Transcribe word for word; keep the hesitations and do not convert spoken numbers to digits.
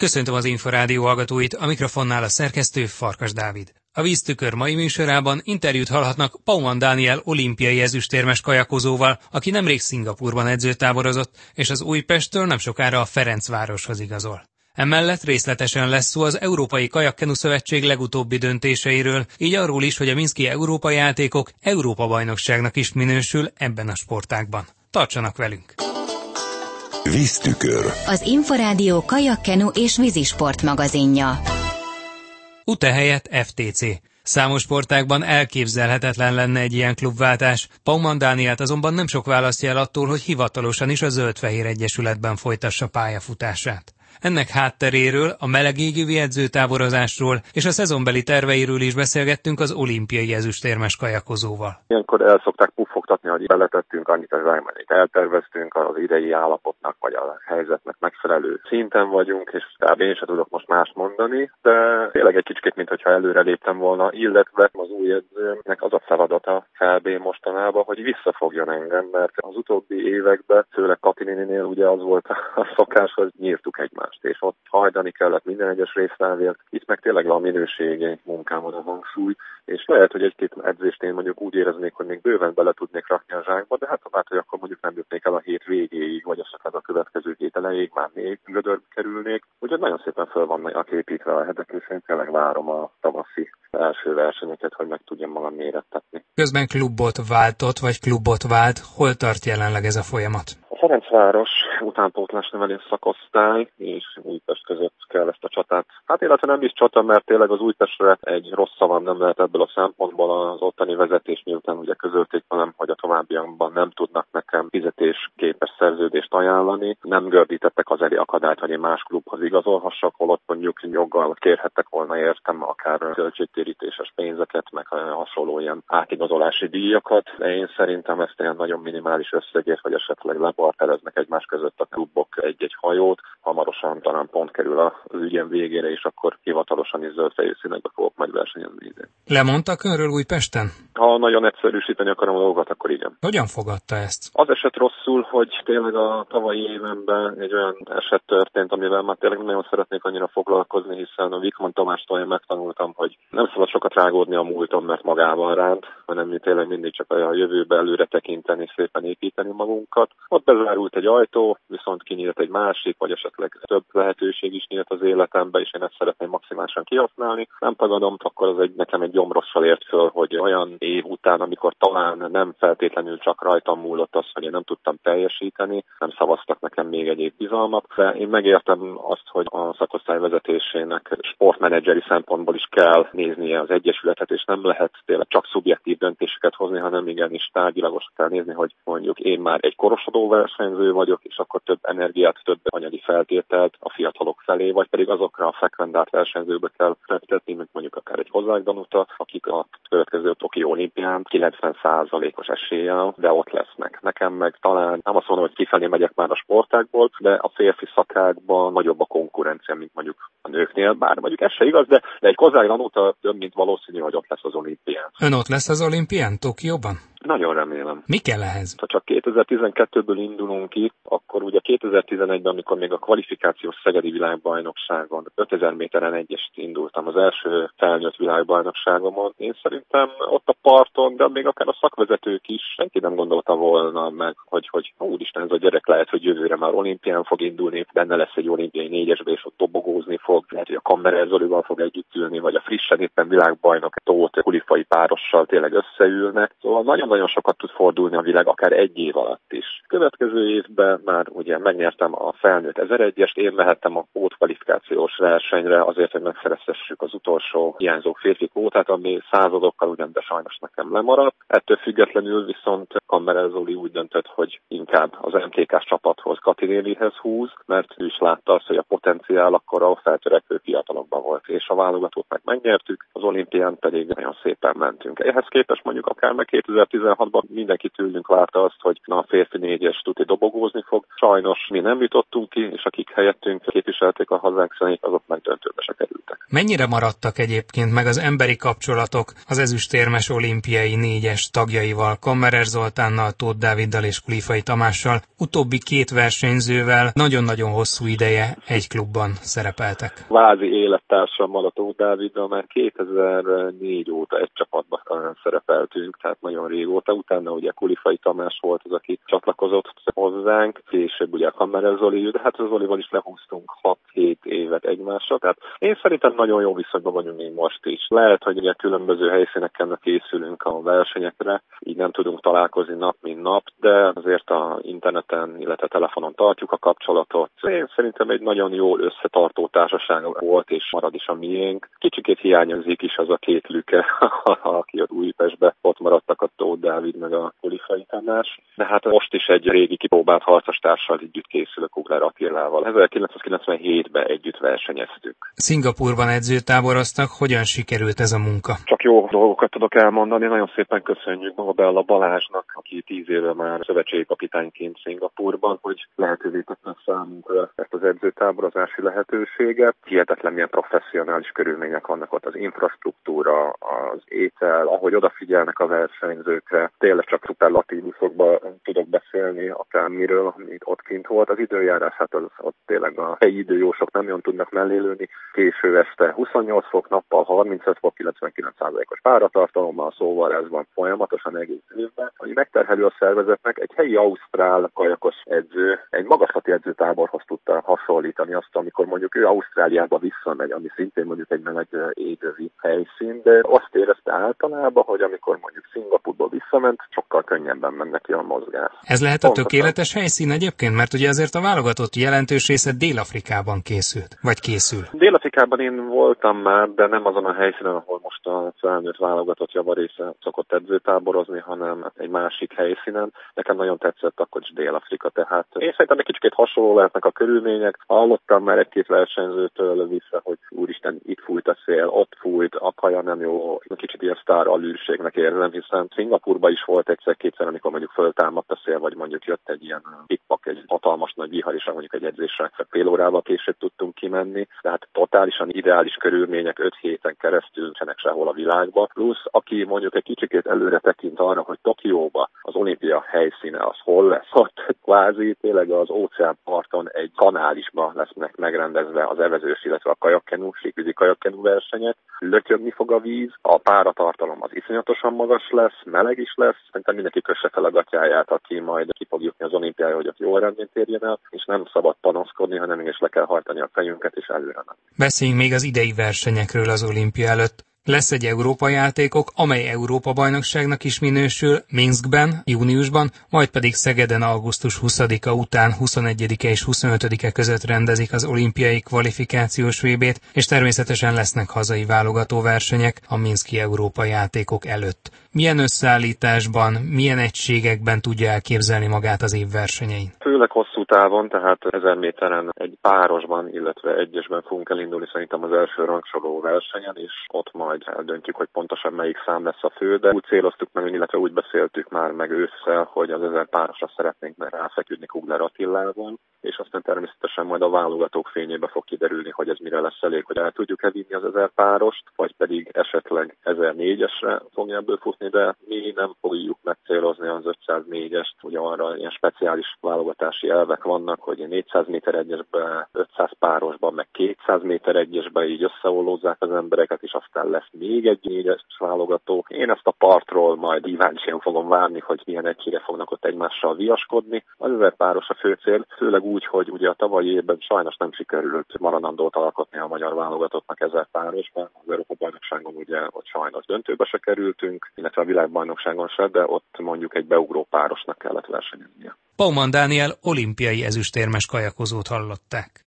Köszöntöm az Inforádió hallgatóit, a mikrofonnál a szerkesztő Farkas Dávid. A Víztükör mai műsorában interjút hallhatnak Pauman Dániel olimpiai ezüstérmes kajakozóval, aki nemrég Szingapúrban edzőtáborozott, és az Újpesttől nem sokára a Ferencvároshoz igazol. Emellett részletesen lesz szó az Európai Kajakkenu Szövetség legutóbbi döntéseiről, így arról is, hogy a minszki Európai Játékok Európa-bajnokságnak is minősül ebben a sportágban. Tartsanak velünk! Víztükör. Az Inforádió kajakkenu és vízisport magazinja. u té e helyett ef té cé. Számos sportágban elképzelhetetlen lenne egy ilyen klubváltás. Pauman Dánielt azonban nem sok választja el attól, hogy hivatalosan is a Zöld-Fehér Egyesületben folytassa pályafutását. Ennek hátteréről, a melegégővi edzőtáborozásról és a szezonbeli terveiről is beszélgettünk az olimpiai ezüstérmes kajakozóval. Ilyenkor el szokták puffogtatni, hogy beletettünk annyit, az amit elterveztünk, az idei állapotnak vagy a helyzetnek megfelelő szinten vagyunk, és kb. Én sem tudok most más mondani, de tényleg egy kicsit, mintha előre léptem volna, illetve az új edzőnek az a feladata felbé mostanában, hogy visszafogjon engem, mert az utóbbi években, főleg Katinininél ugye az volt a szokás, hogy nyírtuk egymást, és ott hajdani kellett minden egyes részfelvélt. Itt meg tényleg a minőségi munkámon a hangsúly, és lehet, hogy egy-két edzést én mondjuk úgy éreznék, hogy még bőven bele tudnék rakni a zsákba, de hát hát, hogy akkor mondjuk nem jutnék el a hét végéig, vagy esetleg a következő hét elejéig, már még gödörbe kerülnék. Úgyhogy nagyon szépen föl vannak építve a hetek, és én tényleg várom a tavaszi első versenyeket, hogy meg tudjam magam mérettetni. Közben klubot váltott, vagy klubot vált, hol tart jelenleg ez a folyamat? A Ferencváros utánpótlás nevelés szakosztály és Újpest között kell ezt a csatát. Hát illetve nem is csata, mert tényleg az Újpestre egy rossz szavam nem lehet ebből a szempontból. Az ottani vezetés miután ugye közölték velem, hogy a továbbiakban nem tudnak nekem fizetésképes szerződést ajánlani. Nem gördítettek az elé akadályt, hogy én más klubhoz igazolhassak, holott mondjuk joggal kérhettek volna értem akár költségtérítéses pénzeket, meg hasonló ilyen átigazolási díjakat. De én szerintem ezt ilyen nagyon minimális összegért, vagy esetleg lebartereznek egymás között a klubok egy-egy hajót. Hamarosan talán pont kerül az ügyem végére, és akkor hivatalosan is zöld-fehér színekbe fogok majd versenyezni idén. Lemondtak önről Újpesten? Ha nagyon egyszerűsíteni akarom a dolgokat, akkor igen. Hogyan fogadta ezt? Az eset rosszul, hogy tényleg a tavalyi évenben egy olyan eset történt, amivel már tényleg nagyon szeretnék annyira foglalkozni, hiszen a Vikman Tamástól én megtanultam, hogy nem szabad sokat rágódni a múlton, mert magával ránt, hanem mi tényleg mindig csak a jövőbe előre tekinteni, szépen építeni magunkat. Ott bezárult egy ajtó, viszont kinyílt egy másik, vagy esetleg több lehetőség is nyílt az életembe, és én ezt szeretném maximálisan kihasználni. Nem tagadom, akkor az egy, nekem egy gyomrosszal ért föl, hogy olyan év után, amikor talán nem feltétlenül csak rajtam múlott az, hogy én nem tudtam teljesíteni, nem szavaztak nekem még egy év bizalmat, de én megértem azt, hogy a szakosztály vezetésének sportmenedzseri szempontból is kell néznie az egyesületet, és nem lehet tényleg csak szubjektív döntéseket hozni, hanem igenis tárgyilagos kell nézni, hogy mondjuk én már egy korosodó versenyző vagyok, és akkor több energiát, több anyagi feltételt a fiatalok felé, vagy pedig azokra a frekventált versenyzőkbe kell fektetni, mint mondjuk akár egy Hozzák Danuta, akik a következő Tokió olimpián kilencven százalékos eséllyel, de ott lesznek. Nekem meg talán nem azt mondom, hogy kifelé megyek már a sportágból, de a férfi szakákban nagyobb a konkurencia, mint mondjuk a nőknél, bár mondjuk ez se igaz, de, de egy Hozzák Danuta több mint valószínű, hogy ott lesz az olimpián. Ön ott lesz az olimpián, Tokióban? Nagyon remélem. Mi kell ehhez? Ha csak kétezer-tizenkettőből indulunk ki, akkor ugye kétezer-tizenegyben, amikor még a kvalifikációs szegedi világbajnokságon ötezer méteren egyest indultam az első felnőtt világbajnokságomon. Én szerintem ott a parton, de még akár a szakvezetők is, senki nem gondolta volna meg, hogy, hogy úristen, ez a gyerek lehet, hogy jövőre már olimpián fog indulni, benne lesz egy olimpiai négyesbe, és ott dobogózni fog, lehet, hogy a Kammerer Zolival fog együtt ülni, vagy a frissen éppen világbajnok Tóth Kulifai párossal tényleg összeülnek. Szóval nagyon nagyon sokat tud fordulni a világ, akár egy év alatt is. Következő évben már ugye megnyertem a felnőtt ezeregyest, én mehettem a pótkvalifikációs versenyre azért, hogy megszerezhessük az utolsó hiányzó férfi kvótát, ami századokkal ugyan, de sajnos nekem lemaradt. Ettől függetlenül viszont Kammerer Zoli úgy döntött, hogy inkább az em té ká-s csapathoz, Kati nénihez húz, mert ő is látta azt, hogy a potenciál akkor a feltörekvő fiatalokban volt, és a válogatót meg megnyertük, az olimpián pedig nagyon szépen mentünk. Ehhez képest mondjuk akár meg kétezer-tizenhatban mindenki tőlünk várta azt, hogy na, a férfi négyes tuti dobogózni fog. Sajnos mi nem jutottunk ki, és akik helyettünk képviselték a hazánk személyt, azok meg döntőbe se kerültek. Mennyire maradtak egyébként meg az emberi kapcsolatok az ezüstérmes olimpiai négyes tagjaival, Kammerer Zoltánnal, Tóth Dáviddal és Kulifai Tamással, utóbbi két versenyzővel nagyon-nagyon hosszú ideje egy klubban szerepel? szerepeltek? Vázi élettársammal, a Tóth Dáviddal már kétezer-négy óta egy csapatban szerepeltünk, tehát nagyon régóta. Utána ugye Kulifai Tamás volt az, aki csatlakozott hozzánk, később ugye Kammerer Zoli, de hát az Zolival is lehúztunk hat-hét évet egymásra. Tehát én szerintem nagyon jó viszonyban vagyunk még most is. Lehet, hogy ugye különböző helyszíneken készülünk a versenyekre, így nem tudunk találkozni nap mint nap, de azért a interneten, illetve telefonon tartjuk a kapcsolatot. Én szerintem egy nagyon jól összetartó társaság volt, és marad is a miénk. Kicsikét hiányozik is az a két lüke, aki ott Újpestben ott maradtak, a Tóth Dávid meg a Kulifai Tamás. De hát most is egy régi kipróbált harcostársal együtt készül, a Kugler Attilával. ezerkilencszázkilencvenhétben együtt versenyeztünk. Szingapúrban edzőtáboroztak, hogyan sikerült ez a munka? Csak jó dolgokat tudok elmondani, nagyon szépen köszönjük Magabella Balázsnak, aki tíz éve már szövetségi kapitányként Szingapúrban, hogy lehetővé tette számunkra ezt az edzőtáborozási lehetőséget. Hihetetlen milyen professzionális körülmények vannak ott, az infrastruktúra, az étel, ahogy odafigyelnek a versenyzőkre. Tényleg csak szuperlatívuszokban tudok beszélni akármiről, amit ott kint volt. Az időjárás, hát az, ott tényleg a helyi időjósok nem jön tudnak mellélőni. Késő este huszonnyolc fok, nappal harmincöt fok, kilencvenkilenc százalékos páratartalommal, szóval ez van folyamatosan egész évben. Ami megterhelő a szervezetnek, egy helyi ausztrál kajakos edző egy magaslati edzőtáborhoz tudta hasonlítani azt, amikor mondjuk ő Ausztráliába visszamegy, ami szintén mondjuk egy meleg égövi helyszín, de azt érezte általában, hogy amikor mondjuk Szingapúrból visszament, sokkal könnyebben menne ki a mozgás. Ez lehet a Pontosan. Tökéletes helyszín egyébként, mert ugye azért a válogatott jelentős része Dél-Afrikában készült, vagy készül. Dél-Afrikában én voltam már, de nem azon a helyszínen, ahol most a felnőtt válogatott javarésze szokott edzőtáborozni, hanem egy másik helyszínen. Nekem nagyon tetszett akkor is Dél-Afrika, tehát én szerintem egy kicsit hasonló lehetnek a körülmények. Hallottam már egy-két versenyzőtől vissza, hogy úristen, itt fújt a szél, ott fújt, a kaja nem jó, kicsit ilyen sztár alűrségnek érzem, hiszen Szingapúrban is volt egyszer-kétszer, amikor mondjuk föltámadt a szél, vagy mondjuk jött egy ilyen pikpak, egy hatalmas nagy vihar, és mondjuk egy edzésre fél órával később tudtunk kimenni, de hát totálisan ideális körülmények öt héten keresztül csenek sehol a világban. Plusz, aki mondjuk egy kicsikét előre tekint arra, hogy Tokióba az olimpia helyszíne az hol lesz, ott kvázi tényleg az óceánparton egy kanálisban lesznek megrendezve az evezős, illetve a kajakkenú, síkvízi kajakkenú versenyek. Lötyögni fog a víz, a páratartalom az iszonyatosan magas lesz, meleg is lesz, szerintem mindenki kösse fel a gatyáját, aki majd ki fog jutni az olimpiára, hogy ott jó eredményt érjen el, és nem szabad panaszkodni, hanem mégis le kell hajtani a fejünket, és előre menni. Beszéljünk még az idei versenyekről az olimpia előtt. Lesz egy Európai játékok, amely Európa-bajnokságnak is minősül Minskben, júniusban, majd pedig Szegeden augusztus huszadika után huszonegyedike és huszonötödike között rendezik az olimpiai kvalifikációs vé bét, és természetesen lesznek hazai válogatóversenyek a Minszki Európa játékok előtt. Milyen összeállításban, milyen egységekben tudja elképzelni magát az év versenyein? Főleg hosszú távon, tehát ezer méteren egy párosban, illetve egyesben fogunk elindulni szerintem az első rangsoroló versenyen, és ott majd eldöntjük, hogy pontosan melyik szám lesz a fő, de úgy céloztuk meg, illetve úgy beszéltük már meg ősszel, hogy az ezer párosra szeretnénk meg ráfeküdni Kugler Attilával, és aztán természetesen majd a válogatók fényébe fog kiderülni, hogy ez mire lesz elég, hogy el tudjuk-e vinni az ezer párost, vagy pedig esetleg ezernégyesre fogja ebből futni, de mi nem fogjuk megcélozni az ötszáznégyest, ugye arra ilyen speciális válogatási elvek vannak, hogy négyszáz méter egyesbe, ötszáz párosban, meg kétszáz méter egyesbe így összeollózzák az embereket, és aztán lesz még egy négyes válogató. Én ezt a partról majd kíváncsian fogom várni, hogy milyen egységre fognak ott egymással viaskodni. Az ezer páros a fő cél, főleg úgy, hogy ugye a tavalyi évben sajnos nem sikerült maradandót alkotni a magyar válogatottnak ezer párosban. Az Európa-bajnokságon ugye ott sajnos döntőbe se kerültünk, illetve a világbajnokságon se, de ott mondjuk egy beugró párosnak kellett versenyeznie. Baumann Dániel olimpiai ezüstérmes kajakozót hallották.